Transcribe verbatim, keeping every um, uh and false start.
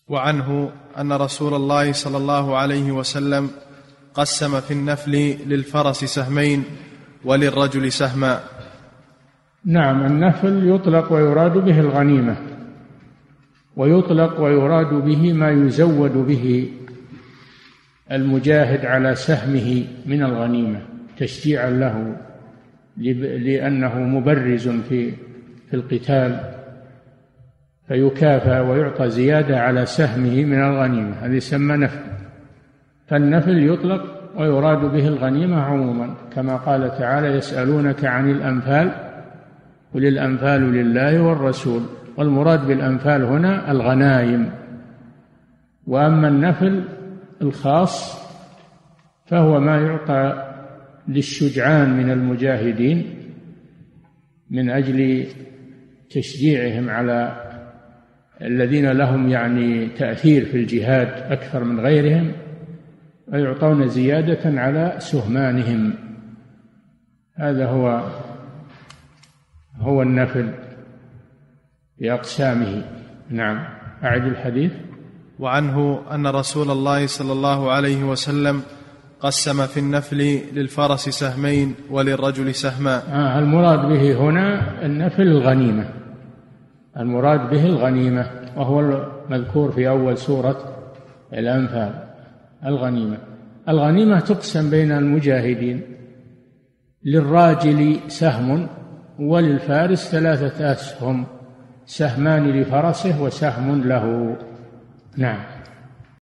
وعنه أن رسول الله صلى الله عليه وسلم قسم في النفل للفرس سهمين وللرجل سهما. نعم، النفل يطلق ويراد به الغنيمة، ويطلق ويراد به ما يزود به المجاهد على سهمه من الغنيمة تشجيعا له، لأنه مبرز في في القتال فيكافأ ويعطى زيادة على سهمه من الغنيمة، هذا يسمى نفل. فالنفل يطلق ويراد به الغنيمة عموما، كما قال تعالى: يسألونك عن الأنفال قل الأنفال لله والرسول. والمراد بالأنفال هنا الغنائم. وأما النفل الخاص فهو ما يعطى للشجعان من المجاهدين من أجل تشجيعهم على الذين لهم يعني تأثير في الجهاد أكثر من غيرهم، ويعطون زيادة على سهمانهم. هذا هو هو النفل بأقسامه. نعم، أعد الحديث. وعنه أن رسول الله صلى الله عليه وسلم قسم في النفل للفرس سهمين وللرجل سهما. آه المراد به هنا النفل الغنيمة، المراد به الغنيمة، وهو المذكور في أول سورة الأنفال. الغنيمة الغنيمة تقسم بين المجاهدين، للراجل سهم وللفارس ثلاثة أسهم، سهمان لفرسه وسهم له. نعم.